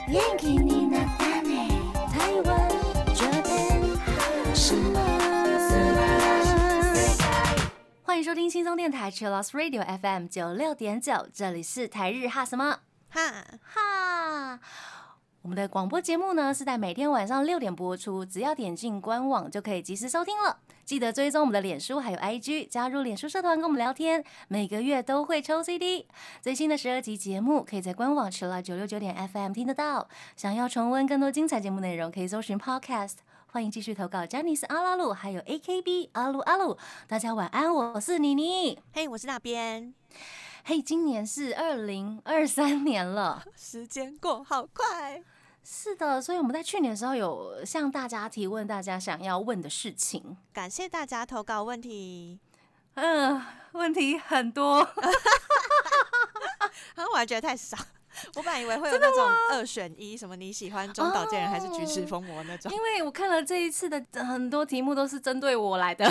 元気になったね台湾这边什么欢迎收听轻松电台 Chillus Radio FM 96.9，这里是台日哈什么哈哈。我们的广播节目呢是在每天晚上6点播出，只要点进官网就可以及时收听了。记得追踪我们的脸书还有 IG， 加入脸书社团跟我们聊天，每个月都会抽 CD。最新的12集节目可以在官网 Chillus 969 FM 听得到。想要重温更多精彩节目内容，可以搜寻 Podcast。欢迎继续投稿 Janice 阿拉鲁还有 AKB 阿鲁阿鲁。大家晚安，我是妮妮。 嘿，我是那边。 嘿，今年是2023年了， 时间过好快。 是的，所以我们在去年的时候有向大家提问大家想要问的事情， 感谢大家投稿问题。 问题很多， 我还觉得太少。我本来以为会有那种2选1，什么你喜欢中岛健人还是菊池风磨那种。 因为我看了这一次的很多题目都是针对我来的。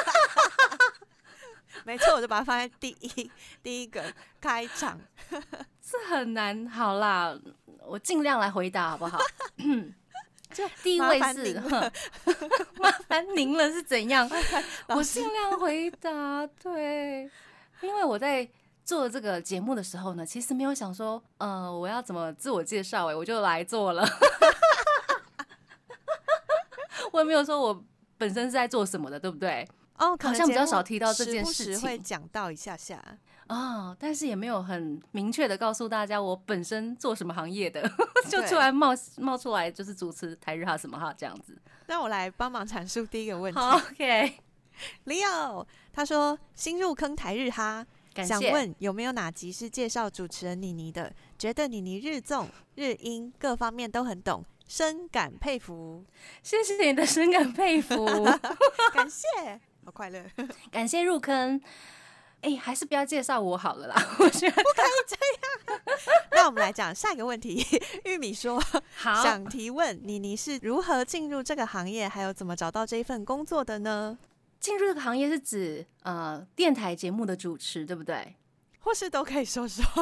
没错，我就把它放在第一个开场。 这很难，好啦，我尽量来回答好不好？就第一位是麻烦您了是怎样？我尽量回答。对，因为我在做这个节目的时候呢，其实没有想说我要怎么自我介绍，我就来做了。我也没有说我本身是在做什么的，对不对？ 好像比较少提到这件事情， 时不时会讲到一下下但是也没有很明确的告诉大家我本身做什么行业的，就突然冒出来就是主持台日哈什么哈这样子。 那我来帮忙阐述第一个问题。 OK， Leo 他说新入坑台日哈，想问有没有哪集是介绍主持人妮妮的？觉得妮妮日综、日英各方面都很懂。深感佩服， 谢谢你的深感佩服， 感谢，好快乐， 感谢入坑。还是不要介绍我好了啦，我觉得不可以这样。那我们来讲下一个问题。玉米说， 好， 想提问妮妮是如何进入这个行业，还有怎么找到这一份工作的呢？ 进入这个行业是指电台节目的主持，对不对？ 或是都可以说说。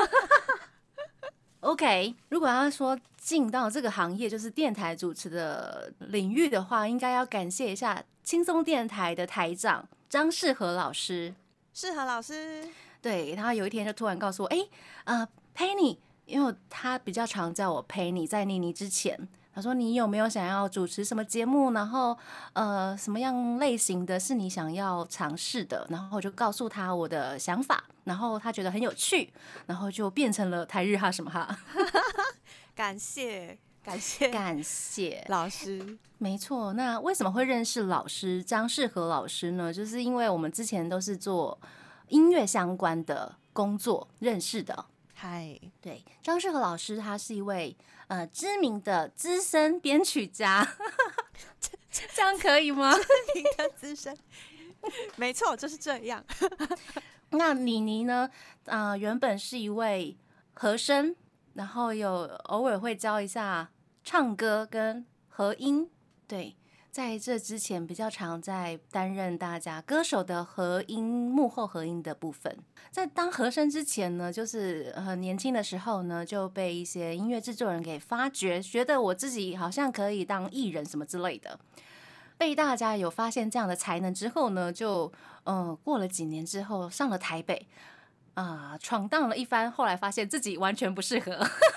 OK， 如果要说进到这个行业就是电台主持的领域的话，应该要感谢一下轻松电台的台长张世和老师。 世和老师， 对，他有一天就突然告诉我，Penny， 因为他比较常叫我 Penny， 在妮妮之前，他说你有没有想要主持什么节目，然后什么样类型的是你想要尝试的，然后我就告诉他我的想法，然后他觉得很有趣，然后就变成了台日哈什么哈。 感谢老师。 没错，那为什么会认识老师张世和老师呢？就是因为我们之前都是做音乐相关的工作认识的。 嗨， 对，张世和老师他是一位知名的资深编曲家。这样可以吗？ 知名的资深，没错，就是这样。 那妮妮呢？原本是一位和声，然后偶尔会教一下唱歌跟和音。对，在这之前比较常在担任大家歌手的和音幕后和音的部分。在当和声之前呢，就是很年轻的时候呢，就被一些音乐制作人给发掘，觉得我自己好像可以当艺人什么之类的。被大家有发现这样的才能之后呢，就过了几年之后上了台北闯荡了一番，后来发现自己完全不适合。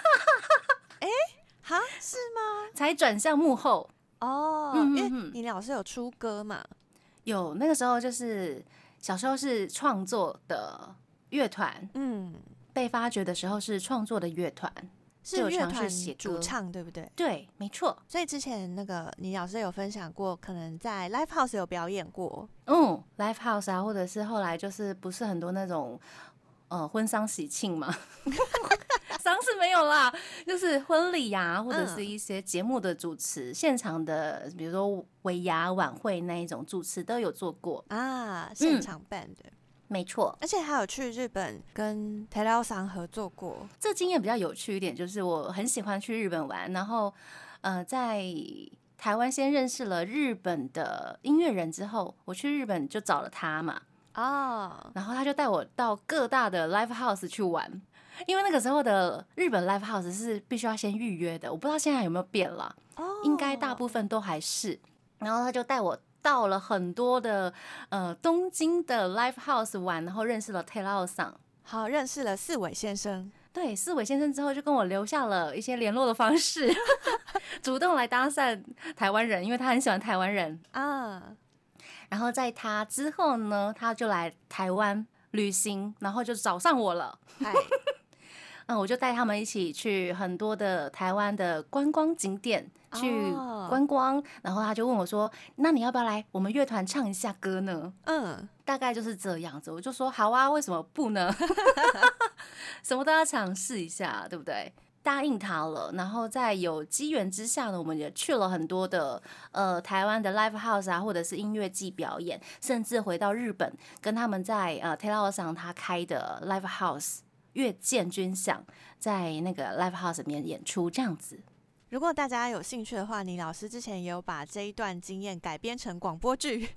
是吗？ 才转向幕后因为你老师有出歌嘛？ 有，那个时候就是小时候是创作的乐团，被发掘的时候是创作的乐团， 是乐团主唱，对不对？ 对，没错。 所以之前那个你老师有分享过，可能在 Live House 有表演过 ，Live House 啊，或者是后来就是不是很多那种婚丧喜庆嘛。丧事没有啦，就是婚礼呀，或者是一些节目的主持，现场的，比如说尾牙晚会那一种主持都有做过现场 band 的， 没错。 而且还有去日本跟 Terao 桑合作过。 这经验比较有趣一点，就是我很喜欢去日本玩，然后在台湾先认识了日本的音乐人之后，我去日本就找了他嘛，然后他就带我到各大的 live house 去玩。 因为那个时候的日本 live house 是必须要先预约的，我不知道现在有没有变了，应该大部分都还是。然后他就带我到了很多的东京的 live house 玩，然后认识了 Terao 桑， 好，认识了四尾先生。 对，四尾先生之后就跟我留下了一些联络的方式，主动来搭讪台湾人，因为他很喜欢台湾人啊。然后在他之后呢，他就来台湾旅行，然后就找上我了。我就带他们一起去很多的台湾的观光景点去观光，然后他就问我说：“那你要不要来我们乐团唱一下歌呢？”大概就是这样子。我就说：“好啊，为什么不呢？什么都要尝试一下，对不对？”答应他了。然后在有机缘之下呢，我们也去了很多的台湾的 live house 啊，或者是音乐季表演，甚至回到日本跟他们在Terao 桑他开的 live house。月见军饷在那个 live house 里面演出这样子。 如果大家有兴趣的话，倪老师之前也有把这一段经验改编成广播剧。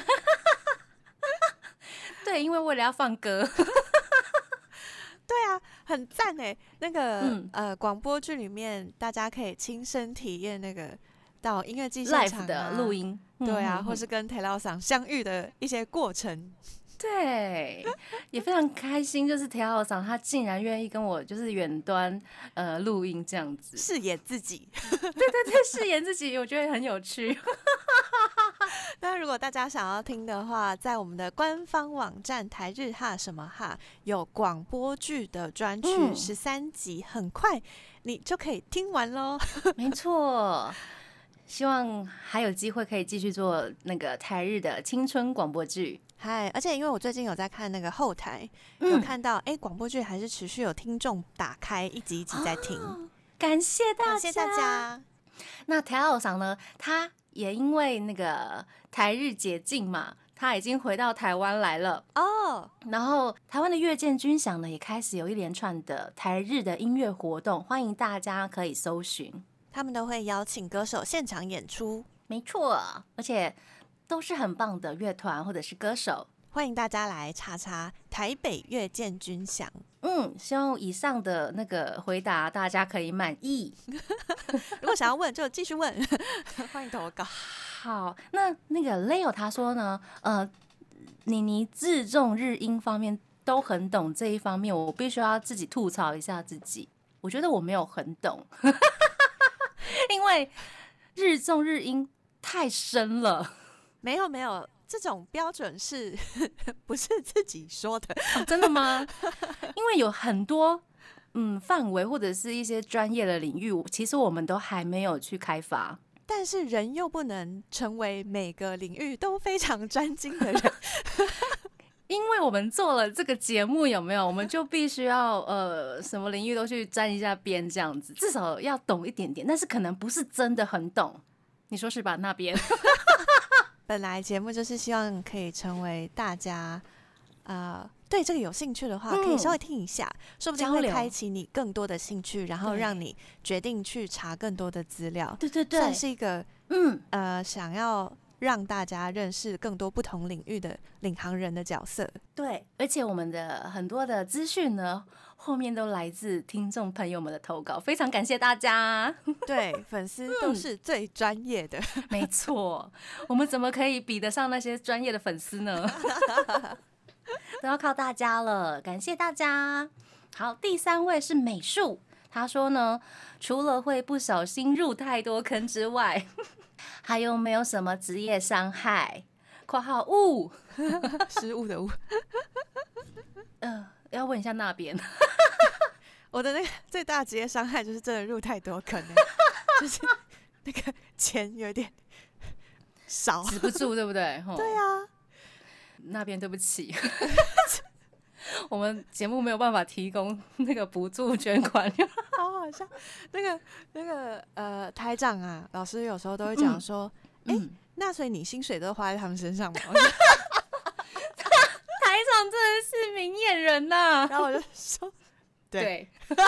对，因为为了要放歌。 对啊，很赞哎！那个广播剧里面，大家可以亲身体验那个到音乐季现场的录音， 对啊，或是跟 Terao 桑相遇的一些过程。 对，也非常开心，就是Terao桑他竟然愿意跟我就是远端录音这样子， 饰演自己。 对，饰演自己，我觉得很有趣。 那如果大家想要听的话，在我们的官方网站台日哈什么哈有广播剧的专区13集，很快你就可以听完咯。 没错。希望还有机会可以继续做那个台日的青春广播剧。 而且因为我最近有在看那个后台，有看到广播剧还是持续有听众打开一集一集在听， 感谢大家， 感谢大家。 那Terao桑呢，他也因为那个台日解禁嘛，他已经回到台湾来了哦。然后台湾的乐见军饷呢，也开始有一连串的台日的音乐活动，欢迎大家可以搜寻。 他们都会邀请歌手现场演出， 没错，而且都是很棒的乐团或者是歌手， 欢迎大家来查查台北乐见军饷。 希望以上的那个回答大家可以满意。 如果想要问就继续问，欢迎投稿。 好，那个 Leo 他说呢，你字重日音方面都很懂，这一方面我必须要自己吐槽一下自己，我觉得我没有很懂。因为日重日音太深了。 没有，这种标准是不是自己说的？ 真的吗？因为有很多范围或者是一些专业的领域，其实我们都还没有去开发。 但是人又不能成为每个领域都非常专精的人。 因为我们做了这个节目，有没有？我们就必须要什么领域都去沾一下边，这样子，至少要懂一点点，但是可能不是真的很懂，你说是吧？那边本来节目就是希望可以成为大家对这个有兴趣的话，可以稍微听一下，说不定会开启你更多的兴趣，然后让你决定去查更多的资料。 对， 算是一个想要让大家认识更多不同领域的领航人的角色。 对，而且我们的很多的资讯呢，后面都来自听众朋友们的投稿，非常感谢大家。 对，粉丝都是最专业的。 没错，我们怎么可以比得上那些专业的粉丝呢？都要靠大家了，感谢大家。好，第3位是美术，他说呢，除了会不小心入太多坑之外，还有没有什么职业伤害（括号误失误的误） 要问一下那边。 我的那个最大职业伤害就是真的入太多坑，就是那个钱有点少， 止不住，对不对？ 对啊， 那边对不起。我们节目没有办法提供那个补助捐款。 好笑。那个台长啊，老师有时候都会讲说，那所以你薪水都花在他们身上吗？ 台长真的是明眼人呐。 然后我就说，对。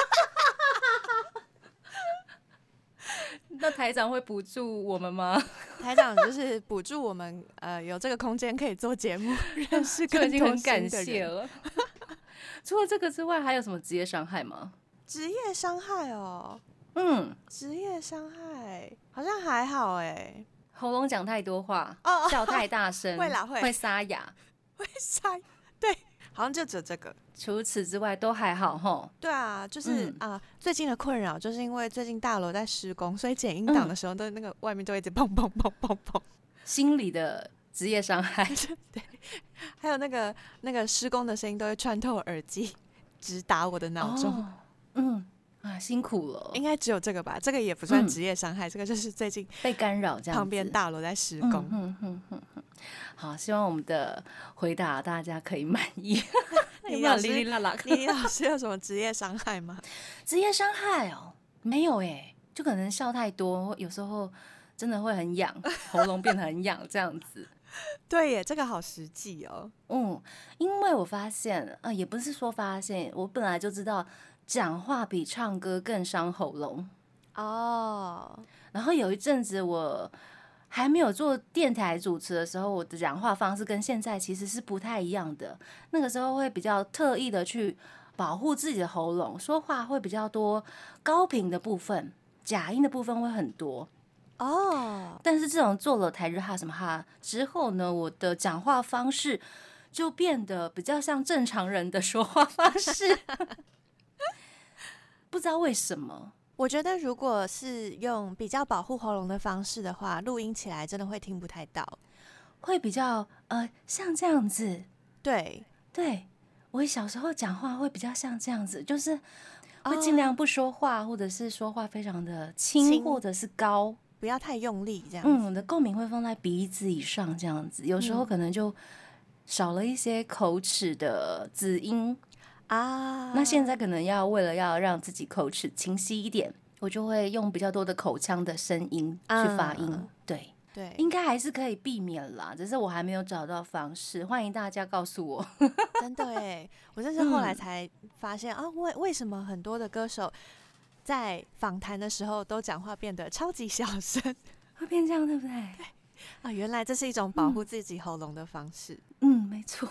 那台长会补助我们吗？ 台长就是补助我们，有这个空间可以做节目，认识更多新的人。 就已经很感谢了。 除了这个之外，还有什么职业伤害吗？ 职业伤害哦，职业伤害好像还好哎。 喉咙讲太多话，笑太大声，会沙哑， 会沙，对，好像就只有这个。 除此之外都还好吼。 对啊，就是最近的困扰就是因为最近大楼在施工，所以剪音档的时候，都那个外面都一直砰砰砰砰砰，心理的职业伤害。 对，还有那个施工的声音都会穿透耳机，直达我的脑中。 辛苦了。 应该只有这个吧？这个也不算职业伤害，这个就是最近被干扰这样子。 旁边大楼在施工。 好，希望我们的回答大家可以满意。 李老师有什么职业伤害吗？ 职业伤害哦，没有耶，就可能笑太多，有时候真的会很痒，喉咙变得很痒这样子。 对耶，这个好实际哦。 因为我发现，也不是说发现，我本来就知道讲话比唱歌更伤喉咙哦。然后有一阵子我还没有做电台主持的时候，我的讲话方式跟现在其实是不太一样的。那个时候会比较特意的去保护自己的喉咙，说话会比较多高频的部分，假音的部分会很多哦。但是这种做了台日哈什么哈之后呢，我的讲话方式就变得比较像正常人的说话方式。不知道为什么。 我觉得如果是用比较保护喉咙的方式的话，录音起来真的会听不太到， 会比较像这样子。 对， 我小时候讲话会比较像这样子，就是会尽量不说话，或者是说话非常的轻或者是高， 不要太用力这样子。 我的共鸣会放在鼻子以上这样子，有时候可能就少了一些口齿的子音。那现在可能为了要让自己口齿清晰一点，我就会用比较多的口腔的声音去发音。对，应该还是可以避免啦，只是我还没有找到方式，欢迎大家告诉我。 真的耶，我真是后来才发现为什么很多的歌手在访谈的时候都讲话变得超级小声， 会变这样，对不对？ 对原来这是一种保护自己喉咙的方式。 没错。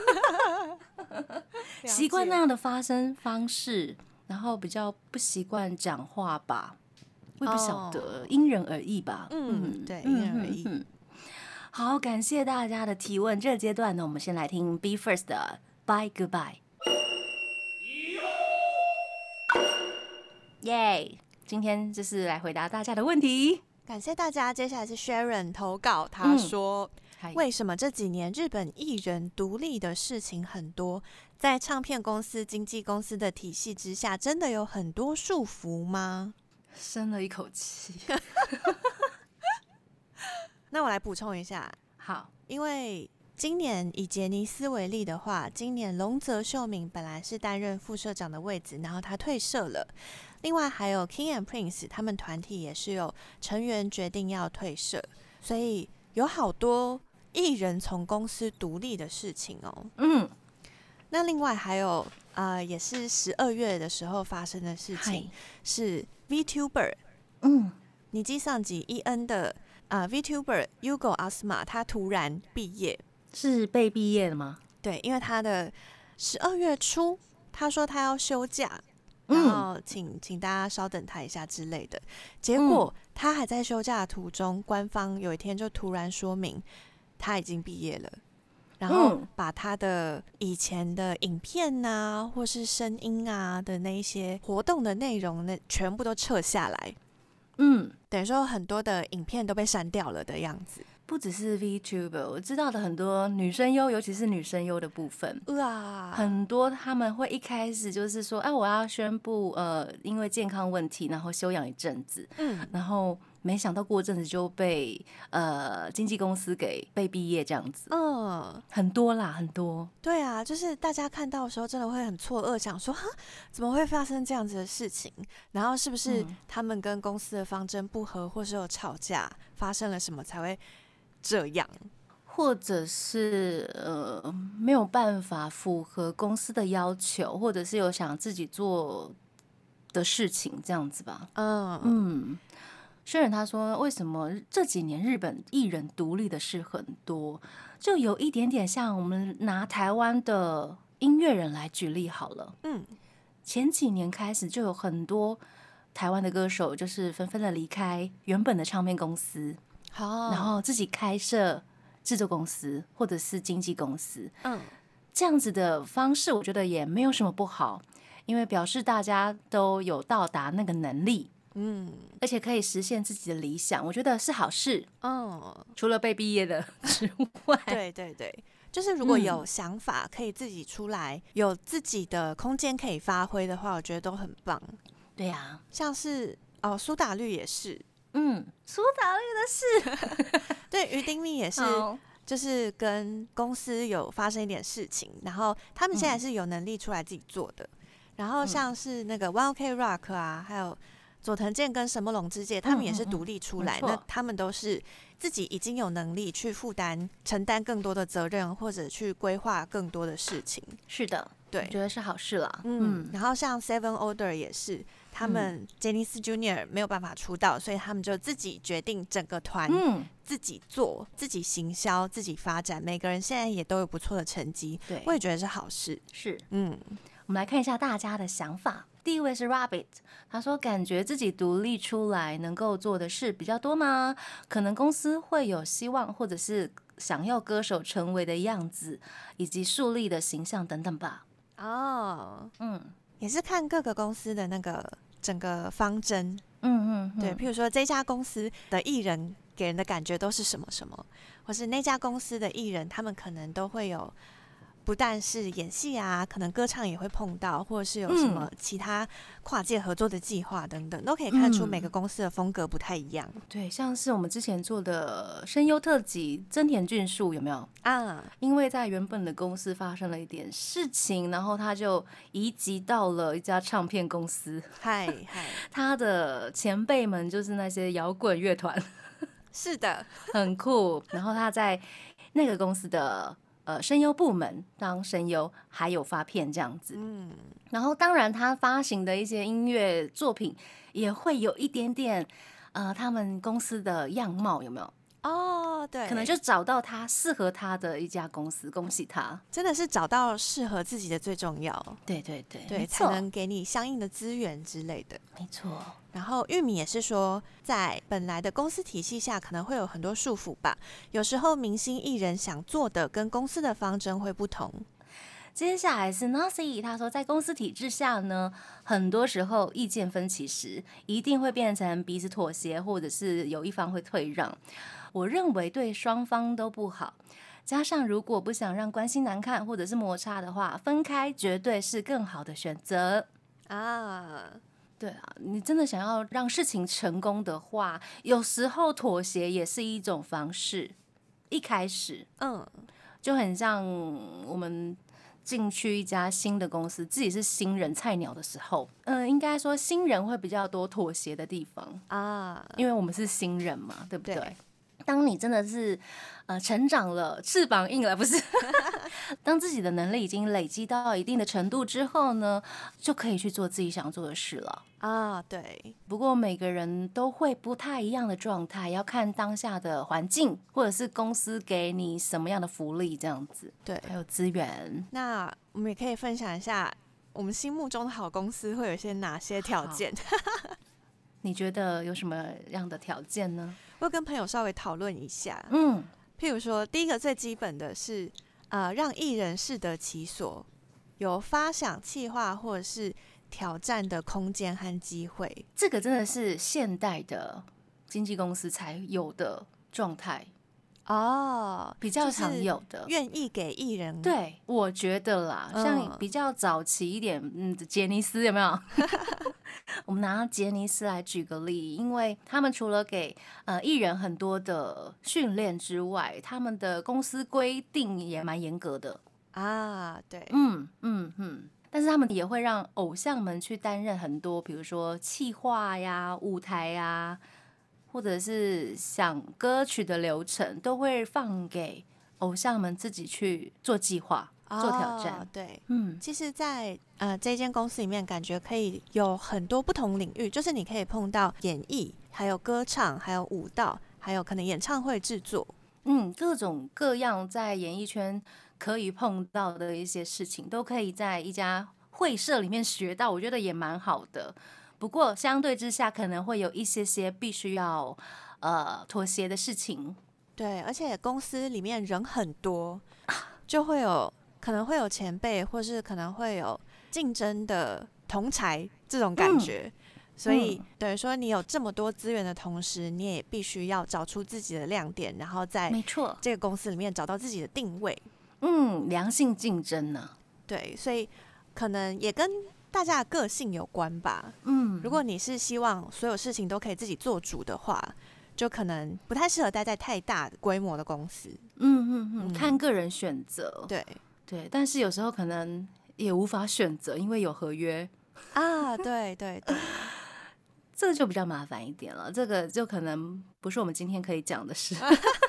习惯那样的发声方式，然后比较不习惯讲话吧，我也不晓得，因人而异吧。 对，因人而异。 好，感谢大家的提问。这个阶段呢，我们先来听 Be First 的 Bye Goodbye。耶！今天就是来回答大家的问题， 感谢大家。接下来是 Sharon 投稿，他说。为什么这几年日本艺人独立的事情很多？在唱片公司、经纪公司的体系之下，真的有很多束缚吗？ 深了一口气。 那我来补充一下。 好， 因为今年以杰尼斯为例的话，今年龙泽秀明本来是担任副社长的位置，然后他退社了。另外还有 King and Prince 他们团体也是有成员决定要退社，所以有好多艺人从公司独立的事情哦。那另外还有也是12月的时候发生的事情，是 VTuber 尼基上集EN 的VTuber Yugo Asuma 他突然毕业。 是被毕业了吗？ 对，因为他的12月初他说他要休假，然后请大家稍等他一下之类的。结果他还在休假的途中，官方有一天就突然说明他已经毕业了，然后把他的以前的影片啊，或是声音啊的那一些活动的内容全部都撤下来。等于说很多的影片都被删掉了的样子。 不只是 VTuber， 我知道的很多女生优，尤其是女生优的部分，很多他们会一开始就是说，我要宣布因为健康问题，然后休养一阵子，然后没想到过阵子就被经纪公司被毕业这样子，很多啦，很多。 对啊，就是大家看到的时候真的会很错愕，想说怎么会发生这样子的事情？然后是不是他们跟公司的方针不合，或是有吵架，发生了什么才会这样， 或者是没有办法符合公司的要求，或者是有想自己做的事情这样子吧。虽然他说为什么这几年日本艺人独立的事很多，就有一点点像我们拿台湾的音乐人来举例好了。前几年开始就有很多台湾的歌手就是纷纷的离开原本的唱片公司，然后自己开设制作公司或者是经纪公司。这样子的方式我觉得也没有什么不好，因为表示大家都有到达那个能力，而且可以实现自己的理想，我觉得是好事。除了被毕业的之外， 对对对，就是如果有想法可以自己出来，有自己的空间可以发挥的话，我觉得都很棒。 对啊， 像是苏打绿也是， 苏打绿的事， 对，于丁密也是。就是跟公司有发生一点事情，然后他们现在是有能力出来自己做的。然后像是那个 One OK Rock 啊，还有佐藤健跟神木隆之介，他们也是独立出来，那他们都是自己已经有能力去承担更多的责任，或者去规划更多的事情。 是的，对，我觉得是好事啦。 然后像 Seven Order 也是，他们杰尼斯 Junior 没有办法出道，所以他们就自己决定整个团自己做，自己行销，自己发展。每个人现在也都有不错的成绩，对，我也觉得是好事。 是，我们来看一下大家的想法。第一位是 Rabbit， 他说感觉自己独立出来能够做的事比较多吗？可能公司会有希望或者是想要歌手成为的样子，以及树立的形象等等吧。 也是看各个公司的那个整个方针。对，譬如说这家公司的艺人给人的感觉都是什么什么，或是那家公司的艺人他们可能都会有不但是演戏啊，可能歌唱也会碰到，或者是有什么其他跨界合作的计划等等，都可以看出每个公司的风格不太一样。 对，像是我们之前做的声优特辑真田俊树有没有啊？因为在原本的公司发生了一点事情，然后他就移籍到了一家唱片公司。他的前辈们就是那些摇滚乐团， 是的， 很酷。然后他在那个公司的声优部门当声优，还有发片这样子。然后当然他发行的一些音乐作品也会有一点点他们公司的样貌，有没有？对，可能就找到他适合他的一家公司，恭喜他， 真的是找到适合自己的最重要。 对对对， 对，才能给你相应的资源之类的。 没错。 然后玉米也是说，在本来的公司体系下，可能会有很多束缚吧。有时候明星艺人想做的跟公司的方针会不同。 接下来是 Nasi， 他说在公司体制下呢，很多时候意见分歧时，一定会变成彼此妥协，或者是有一方会退让。我认为对双方都不好。加上如果不想让关系难看或者是摩擦的话，分开绝对是更好的选择啊。对啊，你真的想要让事情成功的话，有时候妥协也是一种方式。一开始，就很像我们进去一家新的公司，自己是新人菜鸟的时候，应该说新人会比较多妥协的地方啊，因为我们是新人嘛，对不对？当你真的是成长了，翅膀硬了，不是？当自己的能力已经累积到一定的程度之后呢，就可以去做自己想做的事了啊。对，不过每个人都会不太一样的状态，要看当下的环境，或者是公司给你什么样的福利，这样子。对，还有资源。 那我们也可以分享一下，我们心目中的好公司会有一些哪些条件？ 你觉得有什么样的条件呢？ 我跟朋友稍微讨论一下。譬如说，第一个最基本的是，让艺人适得其所，有发想、企划或者是挑战的空间和机会。 这个真的是现代的经纪公司才有的状态比较常有的， 愿意给艺人。 对，我觉得啦，像比较早期一点，杰尼斯有没有？我们拿杰尼斯来举个例，因为他们除了给艺人很多的训练之外，他们的公司规定也蛮严格的啊。对， 但是他们也会让偶像们去担任很多，比如说企划呀、舞台呀，或者是想歌曲的流程，都会放给偶像们自己去做计划。做挑战。 对，其实在这间公司里面，感觉可以有很多不同领域，就是你可以碰到演艺，还有歌唱，还有舞蹈，还有可能演唱会制作， 各种各样在演艺圈可以碰到的一些事情，都可以在一家会社里面学到，我觉得也蛮好的。不过相对之下，可能会有一些必须要妥协的事情。 对，而且公司里面人很多，就可能会有前辈，或是可能会有竞争的同才这种感觉。所以等于说，你有这么多资源的同时，你也必须要找出自己的亮点，然后在这个公司里面找到自己的定位。 良性竞争呢？ 对，所以可能也跟大家的个性有关吧。如果你是希望所有事情都可以自己做主的话，就可能不太适合待在太大规模的公司。 看个人选择。对，但是有时候可能也无法选择，因为有合约啊。对， 这个就比较麻烦一点了。这个就可能不是我们今天可以讲的事。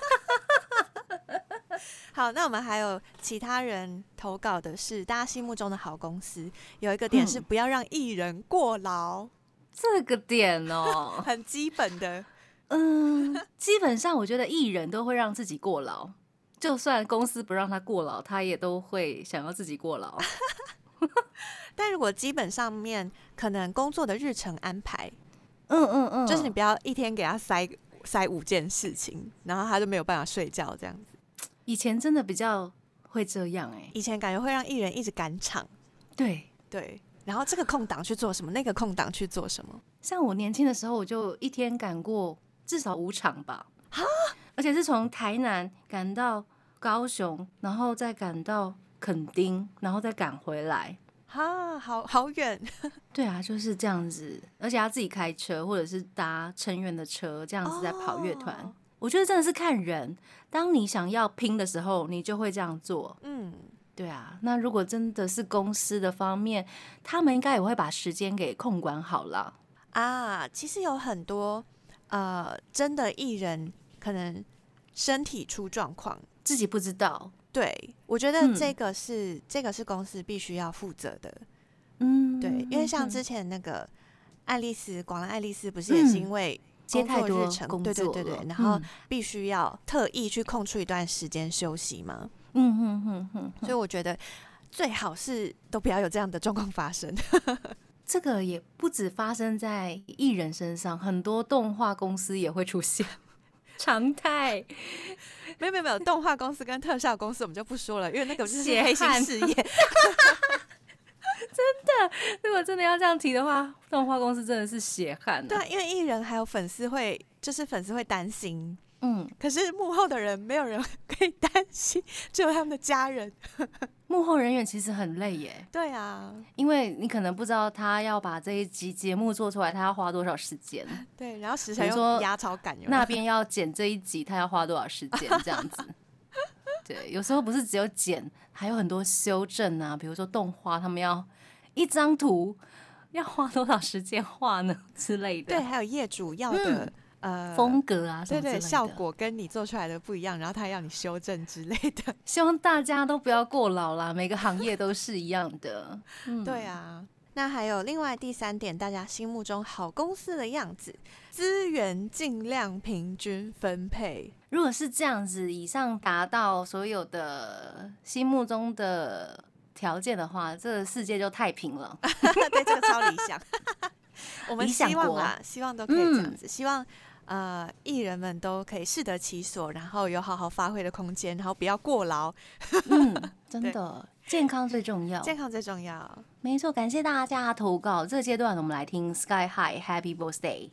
好，那我们还有其他人投稿的是，大家心目中的好公司有一个点是不要让艺人过劳。 这个点哦， 很基本的。 基本上我觉得艺人都会让自己过劳，就算公司不让他过劳，他也都会想要自己过劳。 但如果基本上面可能工作的日程安排，就是你不要一天给他塞5件事情，然后他就没有办法睡觉这样子。 以前真的比较会这样以前感觉会让艺人一直赶场。 对， 然后这个空档去做什么，那个空档去做什么。 像我年轻的时候，我就一天赶过至少5场吧，而且是从台南赶到高雄，然后再赶到垦丁，然后再赶回来。 好远。 对啊，就是这样子，而且要自己开车或者是搭成员的车，这样子在跑乐团。我觉得真的是看人，当你想要拼的时候，你就会这样做。对啊，那如果真的是公司的方面，他们应该也会把时间给控管好了啊。其实有很多真的艺人可能身体出状况， 自己不知道。 对，我觉得这个是公司必须要负责的。对，因为像之前那个广兰爱丽丝不是也是因为接太多日程， 工作了， 对，然后必须要特意去空出一段时间休息嘛。所以我觉得最好是都不要有这样的状况发生。 这个也不止发生在艺人身上，很多动画公司也会出现常态。 没有，动画公司跟特效公司我们就不说了，因为那个就是黑心事业。 真的，如果真的要这样提的话，动画公司真的是血汗。 对啊，因为艺人还有粉丝会担心。可是幕后的人没有人可以担心，只有他们的家人。 幕后人员其实很累耶。 对啊， 因为你可能不知道他要把这一集节目做出来，他要花多少时间。 对，然后时程又压超赶， 那边要剪这一集，他要花多少时间这样子。对，有时候不是只有剪，还有很多修正啊，比如说动画，他们要一张图要花多少时间画呢之类的。 对，还有业主要的。 风格啊什么之类的， 对，效果跟你做出来的不一样，然后他要你修正之类的。 希望大家都不要过劳啦，每个行业都是一样的。 对啊。那还有另外第3点，大家心目中好公司的样子，资源尽量平均分配。 如果是这样子，以上达到所有的心目中的条件的话，这个世界就太平了。 对，这个超理想。我们希望啦，希望都可以这样子，希望艺人们都可以适得其所，然后有好好发挥的空间，然后不要过劳。 真的，健康最重要， 健康最重要。 没错，感谢大家投稿。这个阶段我们来听 Sky High Happy Birthday。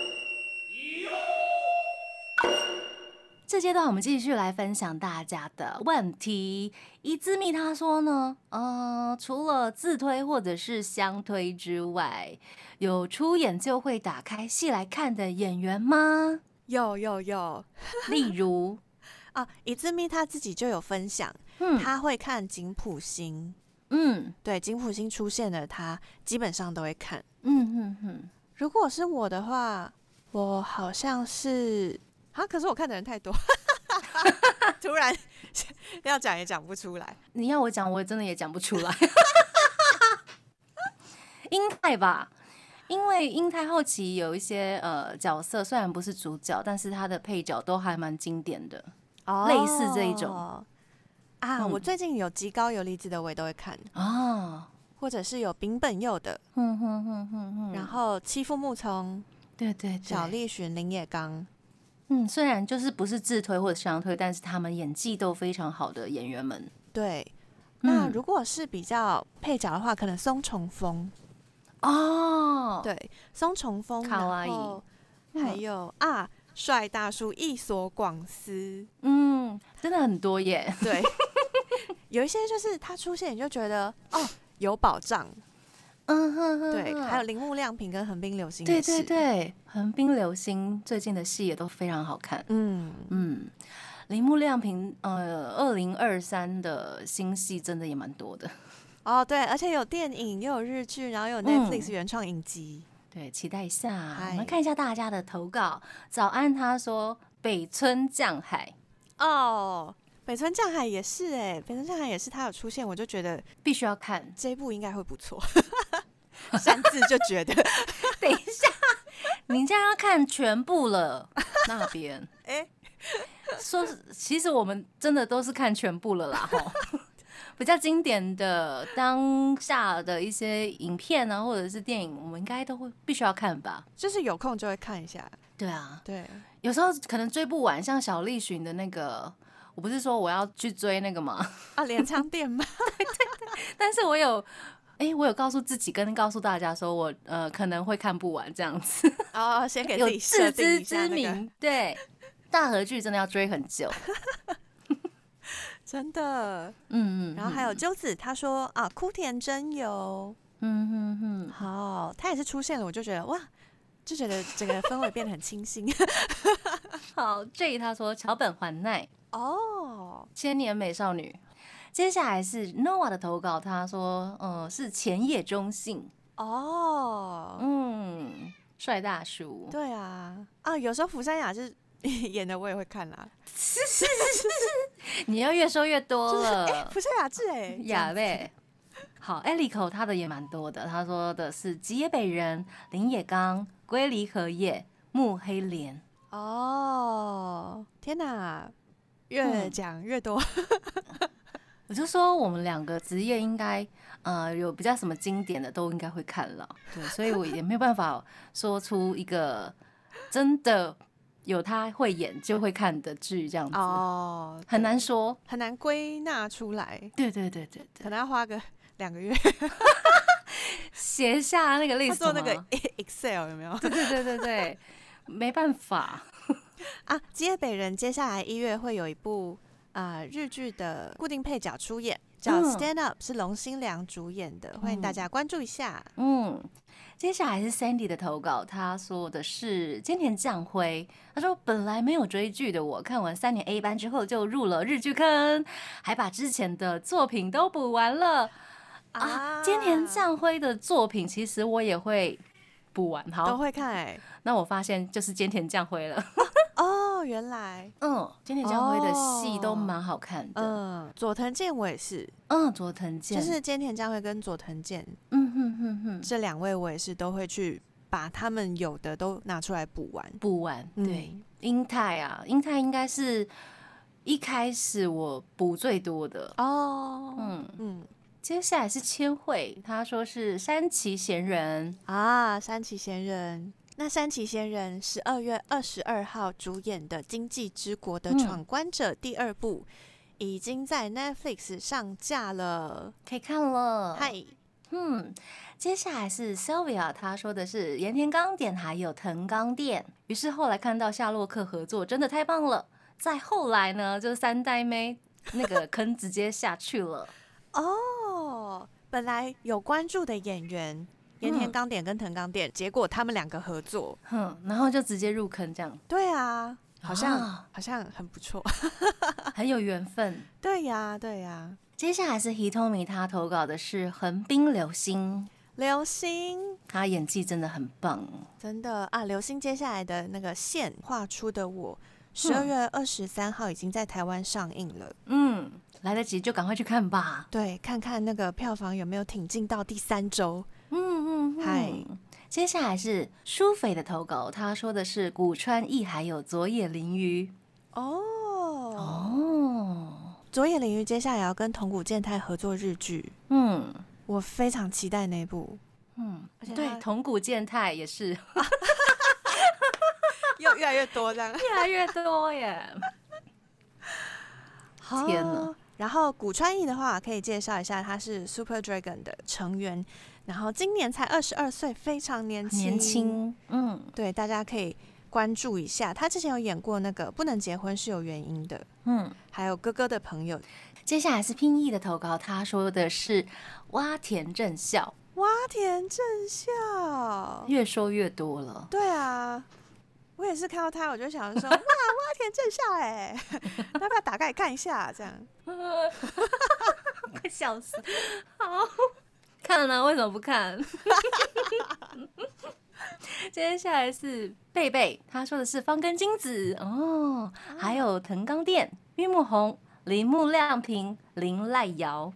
这阶段我们继续来分享大家的问题。伊兹密他说呢，除了自推或者是相推之外，有出演就会打开戏来看的演员吗？ 有。 例如伊兹密他自己就有分享，他会看金普星。对，金普星出现的他基本上都会看。如果是我的话，我好像是可是我看的人太多。突然要讲也讲不出来。 你要我讲，我真的也讲不出来。英泰吧，因为英泰后期有一些角色，虽然不是主角，但是他的配角都还蛮经典的，类似这一种。 啊，我最近有极高游离子的我也都会看哦， 或者是有丙本佑的，然后妻夫木聪， 对对对， 小栗旬、林野刚。 虽然就是不是自推或者相推，但是他们演技都非常好的演员们。 对，那如果是比较配角的话，可能松重丰。 哦， 对，松重丰， 卡哇伊， 然后还有帅大叔役所广司。 真的很多耶。 对，有一些就是他出现你就觉得有保障。对，还有铃木亮平跟横滨流星也是。 对对对，横滨流星最近的戏也都非常好看。铃木亮平2023的新戏真的也蛮多的。 对，而且有电影又有日剧，然后有 Netflix 原创影集。 对，期待一下。我们看一下大家的投稿。早安，他说北村匠海。 北村匠海也是北村匠海也是他有出现，我就觉得必须要看这一部应该会不错。擅自就觉得， 等一下，你这样要看全部了那边。说其实我们真的都是看全部了啦齁。比较经典的当下的一些影片啊，或者是电影，我们应该都会必须要看吧？ 就是有空就会看一下。 对啊， 对， 有时候可能追不完，像小栗旬的那个，我不是说我要去追那个吗？ 镰仓店吗？ 对，但是我有告诉自己跟告诉大家说我可能会看不完这样子。 先给自己设定一下有自知之明。对，大河剧真的要追很久。 真的，然后还有鸠子，他说枯田真由，好，他也是出现了，我就觉得哇，就觉得整个氛围变得很清新。 好，J 他说桥本环奈，千年美少女。接下来是 Noah 的投稿，他说是前野中信，帅大叔。 对啊，有时候福山雅治演的我也会看啦。 是，你要越说越多了。 福山雅治雅呗。好 ，Elico 他的也蛮多的。他说的是吉野北人、林野刚、龟梨和也、木黑莲。 天哪，越讲越多。 我就说我们两个职业应该有比较什么经典的都应该会看了。对，所以我也没有办法说出一个真的有他会演就会看的剧这样子。很难说， 很难归纳出来。 对， 可能要花个2个月写下那个 list， 做那个 Excel 有没有？ 对，没办法。 吉野北人接下来1月会有一部日剧的固定配角出演，叫 Stand Up， 是龙心良主演的，欢迎大家关注一下。 接下来是 Sandy 的投稿，他说的是菅田将晖。他说本来没有追剧的我，看完3年 A 班之后就入了日剧坑，还把之前的作品都补完了。菅田将晖的作品其实我也会补完，好都会看那我发现就是菅田将晖了。 原来菅田将晖的戏都蛮好看的。 佐藤健我也是。 佐藤健就是菅田将晖跟佐藤健，这2位我也是都会去把他们有的都拿出来补完。 对，英泰应该是一开始我补最多的。接下来是千惠，他说是山崎贤人。 山崎贤人。那山崎贤人12月22号主演的《经济之国的闯关者》第2部，已经在 Netflix 上架了， 可以看了。接下来是 Sylvia， 她说的是盐田刚典还有藤冈店，于是后来看到夏洛克合作，真的太棒了。再后来呢，就是3代妹那个坑直接下去了。 本来有关注的演员盐田刚典跟藤冈店，结果他们2个合作， 然后就直接入坑这样。 对啊，好像很不错。 很有缘分。 对呀。 接下来是 Hitomi， 他投稿的是横滨流星。他演技真的很棒， 真的流星接下来的那个线画出的我，12月23号已经在台湾上映了。 来得及就赶快去看吧。 对，看看那个票房有没有挺进到第3周。 接下来是舒斐的投稿，他说的是古川艺还有佐野绫鱼。 佐野领域接下来也要跟桐谷健太合作日剧，我非常期待那部。 而且对，桐谷健太也是又越来越多这样， 越来越多耶！天哪！ 然后古川艺的话，可以介绍一下，他是 Super Dragon 的成员，然后今年才22岁，非常年轻。对，大家可以关注一下。他之前有演过那个《不能结婚是有原因的》，还有哥哥的朋友。 接下来是拼艺的投稿，他说的是洼田正孝。 洼田正孝， 越说越多了。 对啊，我也是看到他，我就想说，哇，洼田正孝哎，要不要打开看一下？这样， 快笑死！好，看了为什么不看？接下来是贝贝，他说的是方根金子哦，还有藤冈靛、玉木宏、铃木亮平、林濑遥。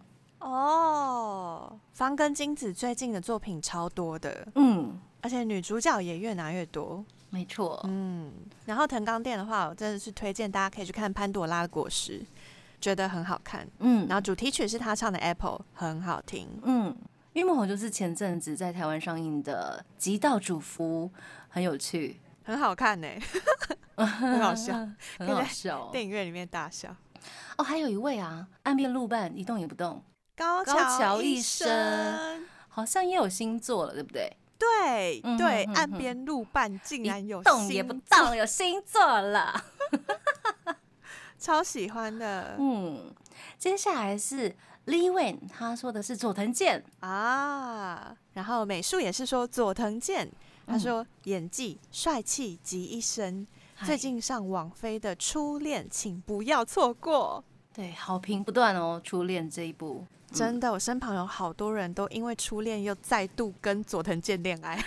方根金子最近的作品超多的，而且女主角也越拿越多， 没错， 然后藤冈靛的话，我真的是推荐大家可以去看《潘朵拉的果实》，觉得很好看，然后主题曲是他唱的《Apple》，很好听， 玉木宏就是前阵子在台湾上映的《极道主夫》，很有趣， 很好看呢，很好笑， 很好笑， 电影院里面大笑。 哦，还有一位啊，岸边露伴一动也不动。 高桥一生好像也有新作了，对不对？ 对对，岸边露伴竟然有动也不动，有新作了， 超喜欢的。 接下来是 Lee Wen， 他说的是佐藤健啊，然后美术也是说佐藤健，他说演技帅气集一身，最近上网飞的《初恋》，请不要错过。 对，好评不断哦，《初恋》这一部。 真的，我身旁有好多人都因为初恋又再度跟佐藤健恋爱。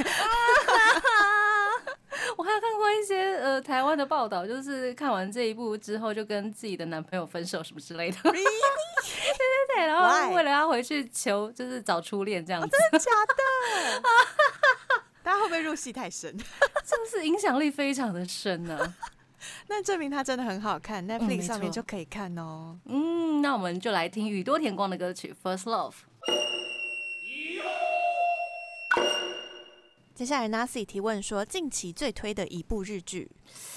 我还有看过一些台湾的报道，就是看完这一部之后就跟自己的男朋友分手什么之类的。Really？ 对对对，然后为了要回去求，就是找初恋这样子。 真的假的？大家会不会入戏太深？ 就是影响力非常的深呢。 那证明它真的很好看 ，Netflix 上面就可以看哦。 那我们就来听宇多田光的歌曲《First Love》。 接下来 Nasi 提问说，近期最推的一部日剧。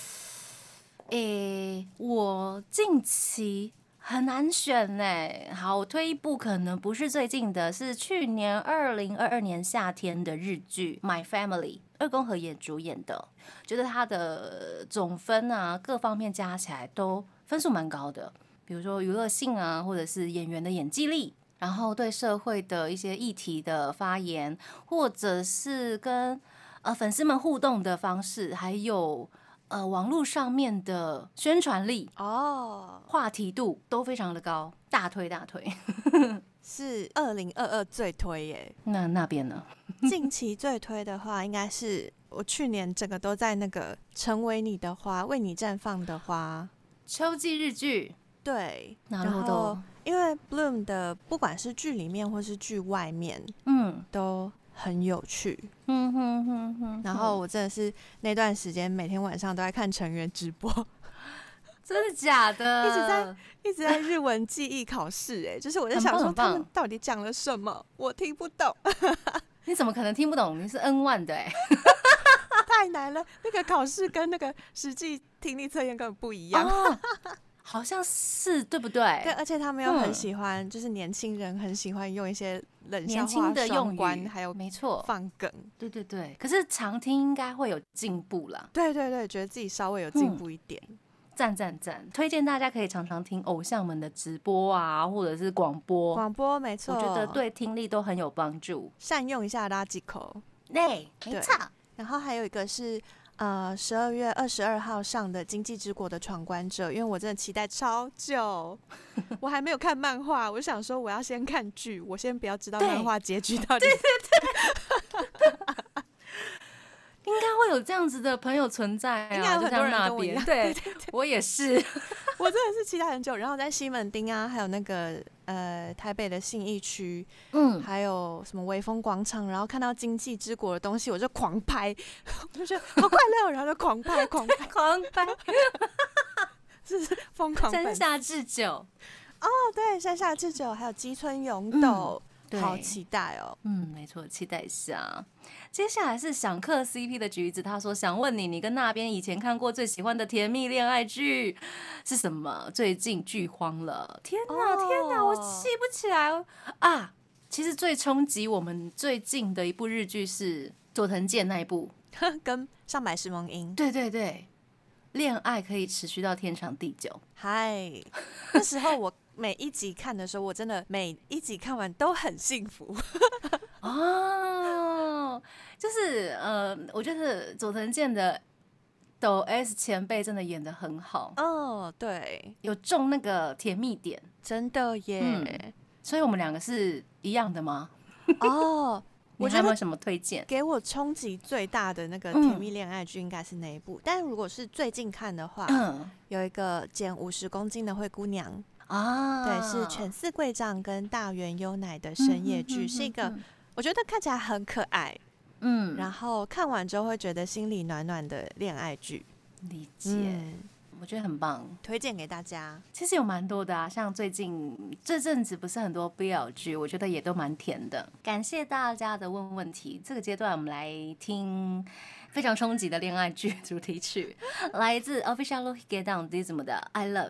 我近期很难选呢。好，我推一部可能不是最近的，是去年2022年夏天的日剧《My Family》，二宫和也主演的。觉得它的总分啊，各方面加起来都分数蛮高的，比如说娱乐性啊，或者是演员的演技力，然后对社会的一些议题的发言，或者是跟粉丝们互动的方式，还有网络上面的宣传力话题度都非常的高，大推大推。 是2022最推耶。 那边呢？ 近期最推的话，应该是我去年整个都在那个成为你的花，为你绽放的花， 秋季日剧。 对， 然后因为 Bloom 的不管是剧里面或是剧外面，都很有趣。然后我真的是那段时间每天晚上都在看成员直播。 真的假的？ 一直在日文记忆考试，哎，就是我在想说他们到底讲了什么，我听不懂。 你怎么可能听不懂？你是 N1 的哎， 太难了。那个考试跟那个实际听力测验根本不一样。 好像是对不对？ 对，而且他们又很喜欢，就是年轻人很喜欢用一些冷笑话、 的用语， 还有没错放梗。 对对对，可是常听应该会有进步啦。 对对对，觉得自己稍微有进步一点。 赞赞赞！推荐大家可以常常听偶像们的直播啊，或者是广播。 广播没错， 我觉得对听力都很有帮助。 善用一下垃圾口。 对，没错。 然后还有一个是12月22号上的《经济之国的闯关者》，因为我真的期待超久，我还没有看漫画，我想说我要先看剧，我先不要知道漫画结局到底。 对。应该会有这样子的朋友存在啊， 应该有很多人跟我一样。 对，我也是， 我真的是期待很久。然后在西门町啊，还有那个台北的信义区，还有什么微风广场，然后看到经济之国的东西，我就狂拍，我就觉得好快乐，然后就狂拍， 狂拍， 是疯狂真夏至久。 哦，对，山下智久还有吉村勇斗，好期待哦。 没错，期待一下。接下来是想嗑 CP 的橘子，他说想问你，你跟那边以前看过最喜欢的甜蜜恋爱剧是什么？最近剧荒了，天哪天哪，我记不起来啊。其实最冲击我们最近的一部日剧是佐藤健那一部， 跟上白石萌音。 对对对，恋爱可以持续到天长地久。 嗨，那时候我每一集看的时候，我真的每一集看完都很幸福。 哦，就是我觉得佐藤健的抖 S 前辈真的演得很好。 哦，对， 有中那个甜蜜点， 真的耶。 所以我们两个是一样的吗？ 哦， 你还有没有什么推荐？ 给我冲击最大的那个甜蜜恋爱剧应该是那一部，但如果是最近看的话，有一个减50公斤的灰姑娘啊，对，是犬饲贵丈跟大原优乃的深夜剧，是一个我觉得看起来很可爱，然后看完之后会觉得心里暖暖的恋爱剧。 理解。我觉得很棒， 推荐给大家。 其实有蛮多的啊，像最近这阵子不是很多 BL 剧，我觉得也都蛮甜的。感谢大家的问题。这个阶段我们来听非常冲击的恋爱剧主题曲，来自 Official Get Down Dism 的 I Love。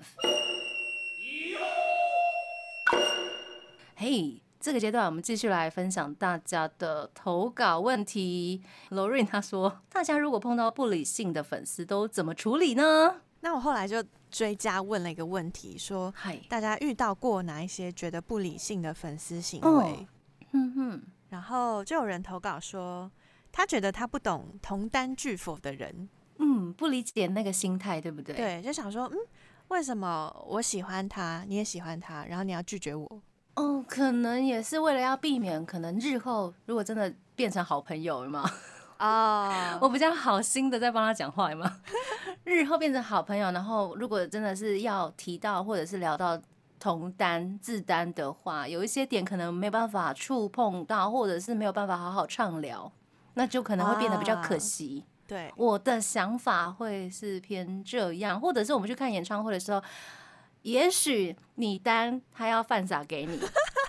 嘿，这个阶段我们继续来分享大家的投稿问题。Lorraine 她说，大家如果碰到不理性的粉丝都怎么处理呢？ 那我后来就追加问了一个问题，说大家遇到过哪一些觉得不理性的粉丝行为？然后就有人投稿说，他觉得他不懂同担拒否的人， 不理解那个心态，对不对？ 对，就想说，为什么我喜欢他，你也喜欢他，然后你要拒绝我？ 哦，可能也是为了要避免，可能日后如果真的变成好朋友了嘛。我比较好心的在帮他讲话嘛。日后变成好朋友，然后如果真的是要提到或者是聊到同担自担的话，有一些点可能没办法触碰到，或者是没有办法好好畅聊，那就可能会变得比较可惜。 对， 我的想法会是偏这样，或者是我们去看演唱会的时候，也许你担他要饭撒给你。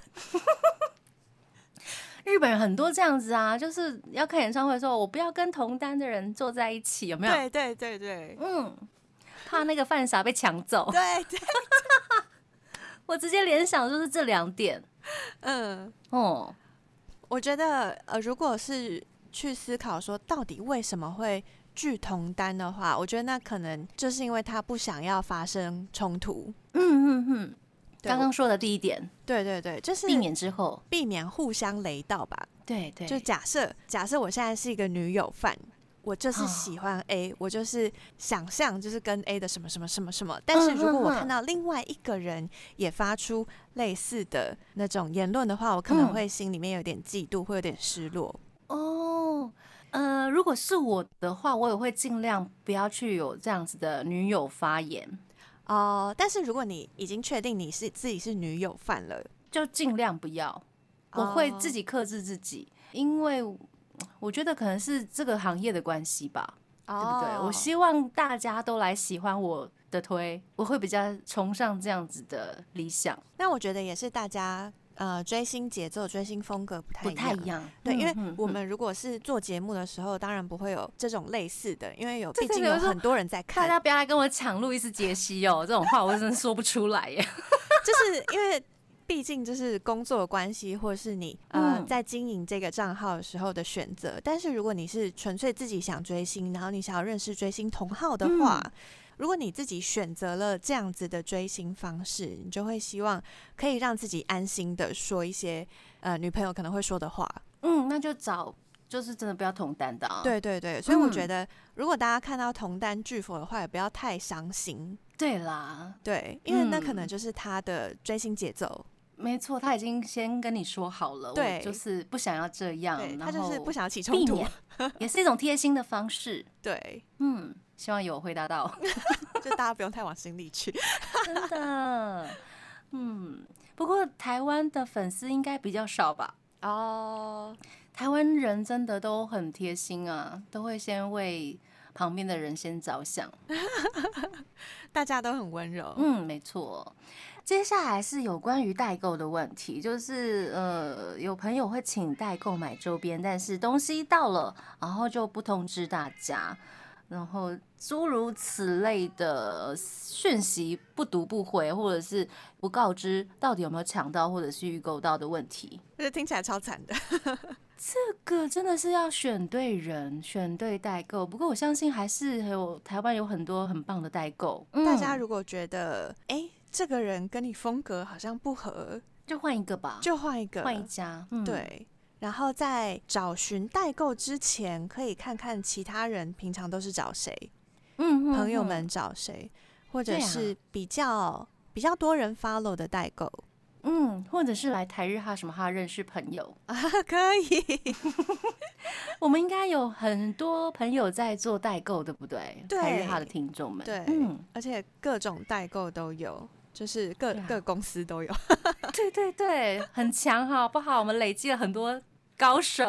日本人很多这样子啊，就是要看演唱会的时候，我不要跟同担的人坐在一起，有没有？ 对对对对， 怕那个饭撒被抢走。 对对， 我直接联想就是这2点。 我觉得如果是去思考说到底为什么会拒同担的话，我觉得那可能就是因为他不想要发生冲突。 刚刚说的第一点， 对对对，就是避免之后避免互相雷到吧。 对对， 就假设我现在是一个女友范，我就是喜欢 A，我就是想象就是跟 A 的什么什么什么什么，但是如果我看到另外一个人也发出类似的那种言论的话，我可能会心里面有点嫉妒，会有点失落。 如果是我的话，我也会尽量不要去有这样子的女友发言。 但是如果你已经确定你是自己是女友范了， 就尽量不要。我会自己克制自己，因为我觉得可能是这个行业的关系吧，对不对？我希望大家都来喜欢我的推，我会比较崇尚这样子的理想。 那我觉得也是大家追星节奏、追星风格不太一样。对，因为我们如果是做节目的时候，当然不会有这种类似的，因为毕竟有很多人在看。 大家不要来跟我抢路易斯杰西哦，这种话我真的说不出来耶。 就是因为毕竟就是工作的关系，或者是你在经营这个账号的时候的选择。但是如果你是纯粹自己想追星，然后你想要认识追星同好的话，如果你自己选择了这样子的追星方式，你就会希望可以让自己安心的说一些女朋友可能会说的话。 那就找就是真的不要同担的。 对对对，所以我觉得如果大家看到同担拒否的话，也不要太伤心。 对啦， 对，因为那可能就是他的追星节奏。 没错，他已经先跟你说好了，我就是不想要这样， 他就是不想要起冲突， 也是一种贴心的方式。 对， 希望有回答到， 就大家不用太往心里去。 真的，不过台湾的粉丝应该比较少吧？台湾人真的都很贴心啊，都会先为旁边的人先着想， 大家都很温柔。 没错。 接下来是有关于代购的问题，就是有朋友会请代购买周边，但是东西到了，然后就不通知大家，然后诸如此类的讯息不读不回，或者是不告知到底有没有抢到或者是预购到的问题， 我觉得听起来超惨的。 这个真的是要选对人，选对代购。不过我相信还是台湾有很多很棒的代购。 大家如果觉得这个人跟你风格好像不合， 就换一个吧， 就换一个， 换一家。 对。然后在找寻代购之前，可以看看其他人平常都是找谁，朋友们找谁，或者是比较多人 follow 的代购。 或者是来台日哈什么哈认识朋友啊，可以。 我们应该有很多朋友在做代购，对不对？ 对， 台日哈的听众们， 对，而且各种代购都有，就是各公司都有。 对对对，很强，好不好？我们累积了很多高手，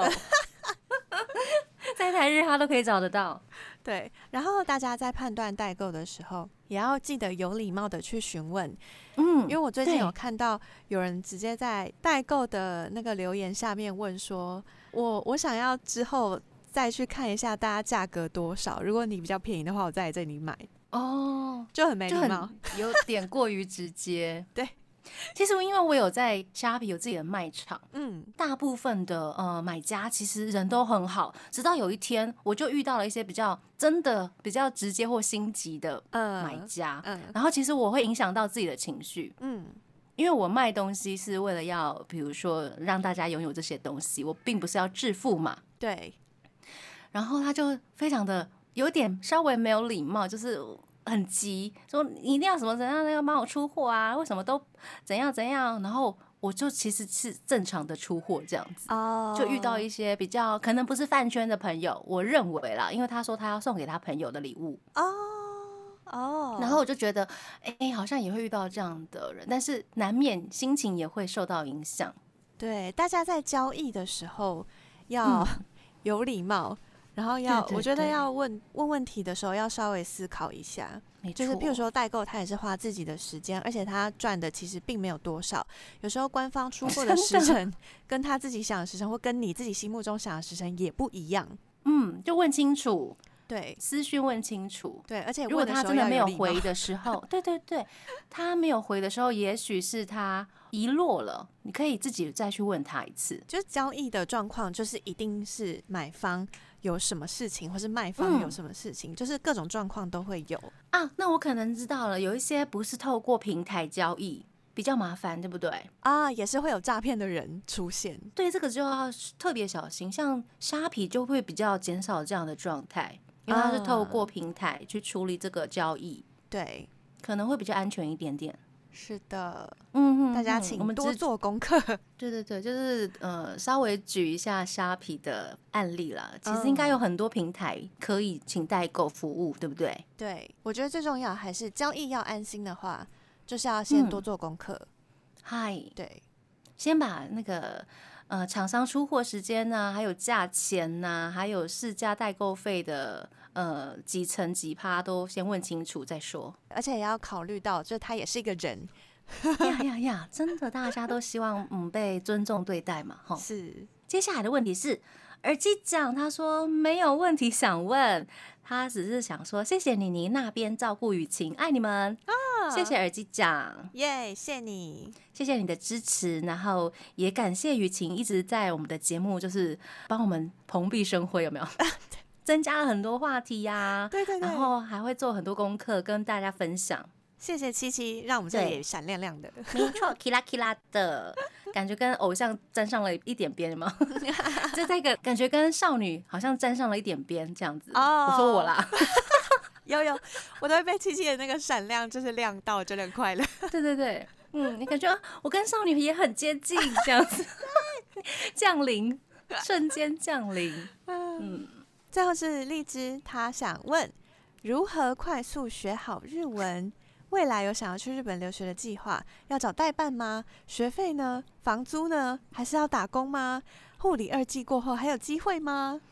在台日哈都可以找得到。 对，然后大家在判断代购的时候，也要记得有礼貌的去询问。因为我最近有看到有人直接在代购的那个留言下面问说，我想要之后再去看一下大家价格多少，如果你比较便宜的话，我再来这里买。就很没礼貌， 有点过于直接。 对。 其实因为我有在虾皮有自己的卖场，大部分的买家其实人都很好，直到有一天我就遇到了一些真的比较直接或心急的买家，然后其实我会影响到自己的情绪，因为我卖东西是为了要比如说让大家拥有这些东西，我并不是要致富嘛， 对。 然后他就非常的有点稍微没有礼貌，就是很急，说你一定要什么怎样要帮我出货啊？为什么都怎样怎样？然后我就其实是正常的出货这样子，就遇到一些比较可能不是饭圈的朋友，我认为啦，因为他说他要送给他朋友的礼物然后我就觉得，好像也会遇到这样的人，但是难免心情也会受到影响。 对，大家在交易的时候要有礼貌。然后我觉得要问问题的时候要稍微思考一下，就是譬如说代购他也是花自己的时间，而且他赚的其实并没有多少，有时候官方出货的时程跟他自己想的时程或跟你自己心目中想的时程也不一样， 就问清楚， 对， 私讯问清楚， 对，而且如果他真的没有回的时候，对，他没有回的时候，也许是他遗落了，你可以自己再去问他一次。 就是交易的状况，就是一定是买方有什么事情，或是卖方有什么事情，就是各种状况都会有啊。那我可能知道了，有一些不是透过平台交易，比较麻烦，对不对？ 也是会有诈骗的人出现。 对，这个就要特别小心。像虾皮就会比较减少这样的状态，因为它是透过平台去处理这个交易， 对， 可能会比较安全一点点。 是的，大家请多做功课。 对，就是稍微举一下虾皮的案例啦。其实应该有很多平台可以请代购服务，对不对？ 对，我觉得最重要还是交易要安心的话，就是要先多做功课。对， 先把那个厂商出货时间啊，还有价钱啊，还有市价代购费的几成几趴都先问清楚再说， 而且也要考虑到，就他也是一个人。 呀，真的大家都希望被尊重对待嘛，齁。 是。 接下来的问题是，耳机长他说没有问题想问，他只是想说谢谢妮妮那边照顾雨晴，爱你们谢谢耳机长， 谢谢你， 谢谢你的支持，然后也感谢雨晴一直在我们的节目就是帮我们蓬荜生辉，有没有？增加了很多话题呀， 对， 然后还会做很多功课跟大家分享。 谢谢七七，让我们这里也闪亮亮的。 没错，kila 的感觉跟偶像沾上了一点边吗？就这个感觉跟少女好像沾上了一点边这样子。我说我啦， 有，我都会被七七的那个闪亮就是亮到，真的很快乐。 对，你感觉我跟少女也很接近这样子，降临，瞬间降临。 最后是荔枝，他想问如何快速学好日文？未来有想要去日本留学的计划，要找代办吗？学费呢？房租呢？还是要打工吗？护理2季过后还有机会吗？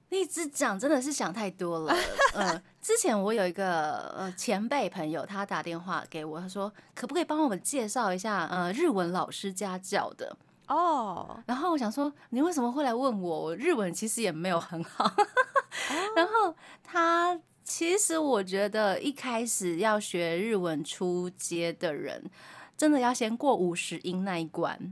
荔枝讲真的是想太多了。之前我有一个前辈朋友，他打电话给我，他说可不可以帮我们介绍一下日文老师家教的哦。然后我想说，你为什么会来问我？我日文其实也没有很好。然后他其实我觉得一开始要学日文初阶的人，真的要先过50音那一关。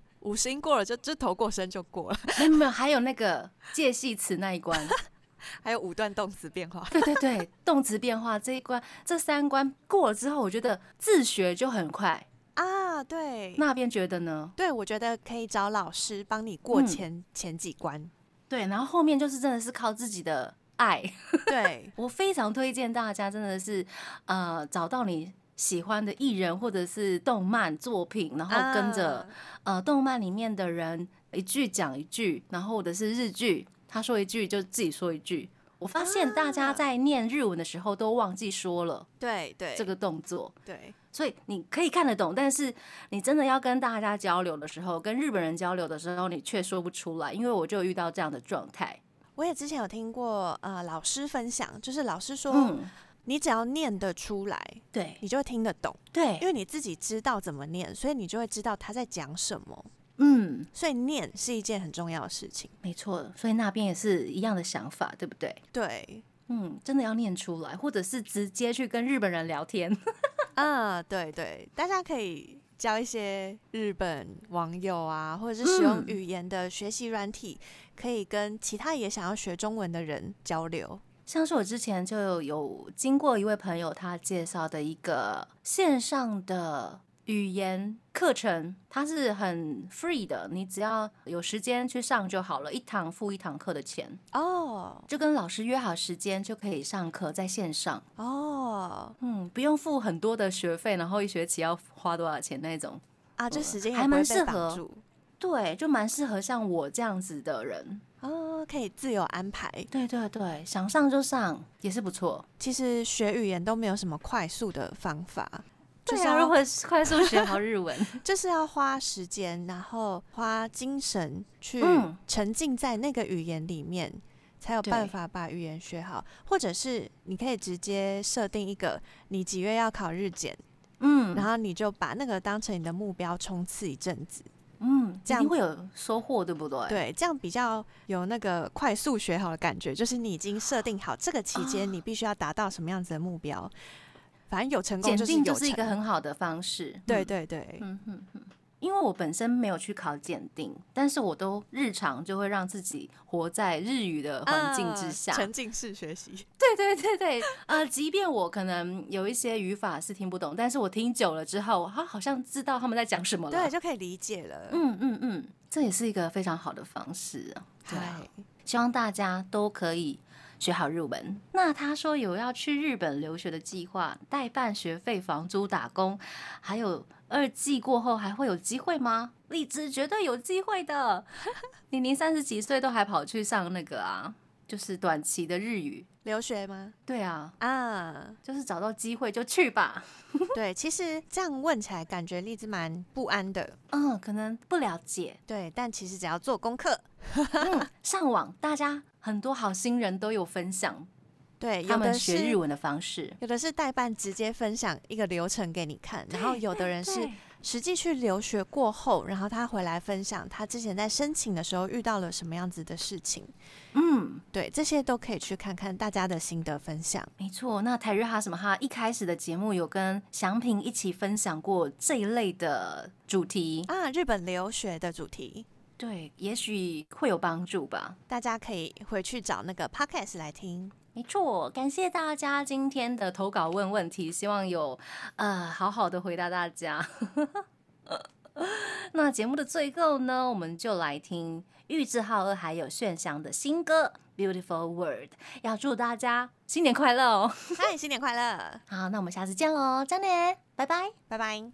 50音过了就头过身就过了。 没有，还有那个介系词那一关。 还有5段动词变化。 对对对，动词变化这一关，这3关过了之后，我觉得自学就很快啊。对， 那边觉得呢？ 对，我觉得可以找老师帮你过前几关。 对，然后后面就是真的是靠自己的爱。 对， 我非常推荐大家，真的是找到你喜欢的艺人或者是动漫作品，然后跟着动漫里面的人一句讲一句，然后或者是日剧。他说一句就自己说一句，我发现大家在念日文的时候都忘记说了， 对对， 这个动作， 对， 所以你可以看得懂，但是你真的要跟大家交流的时候，跟日本人交流的时候，你却说不出来，因为我就有遇到这样的状态。 我也之前有听过老师分享，就是老师说，你只要念得出来， 对， 你就会听得懂， 对， 因为你自己知道怎么念，所以你就会知道他在讲什么。所以念是一件很重要的事情。 没错，所以那边也是一样的想法，对不对？ 对， 真的要念出来，或者是直接去跟日本人聊天。 对对，大家可以交一些日本网友啊，或者是使用语言的学习软体，可以跟其他也想要学中文的人交流。 像是我之前就有经过一位朋友他介绍的一个线上的语言课程，它是很 free 的，你只要有时间去上就好了，1堂付1堂课的钱就跟老师约好时间就可以上课，在线上不用付很多的学费，然后1学期要花多少钱那种就时间还蛮适合，对，就蛮适合像我这样子的人可以自由安排。 对对对，想上就上也是不错。 其实学语言都没有什么快速的方法。 对啊，如何快速学好日文？ 就是要花时间，然后花精神去沉浸在那个语言里面，才有办法把语言学好。或者是你可以直接设定一个你几月要考日检，然后你就把那个当成你的目标冲刺一阵子， 这样会有收获，对不对？ 对，这样比较有那个快速学好的感觉，就是你已经设定好这个期间你必须要达到什么样子的目标。反正有成功就是有成， 检定就是一个很好的方式。 对对对， 因为我本身没有去考检定，但是我都日常就会让自己活在日语的环境之下， 沉浸式学习。 对对对对，即便我可能有一些语法是听不懂，但是我听久了之后，好像知道他们在讲什么了， 对，就可以理解了。 这也是一个非常好的方式啊。对啊，希望大家都可以学好日文。那他说有要去日本留学的计划，代办学费、房租、打工，还有2季过后还会有机会吗？荔枝绝对有机会的。你30几岁都还跑去上那个就是短期的日语留学吗？ 对啊，就是找到机会就去吧。 对，其实这样问起来，感觉荔枝蛮不安的。 可能不了解。 对，但其实只要做功课， 上网，大家很多好心人都有分享。 对， 他们学日文的方式， 有的是代办直接分享一个流程给你看，然后有的人是实际去留学过后，然后他回来分享他之前在申请的时候遇到了什么样子的事情。对，这些都可以去看看大家的心得分享。 没错，那台日哈什么哈一开始的节目有跟祥平一起分享过这一类的主题日本留学的主题。 对，也许会有帮助吧。 大家可以回去找那个 podcast 来听。 没错，感谢大家今天的投稿问问题，希望有好好的回答大家。那节目的最后呢，我们就来听玉置浩二还有炫翔的新歌《Beautiful World》，要祝大家新年快乐哦！ 新年快乐！ 好，那我们下次见喽，张年，拜拜， 拜拜。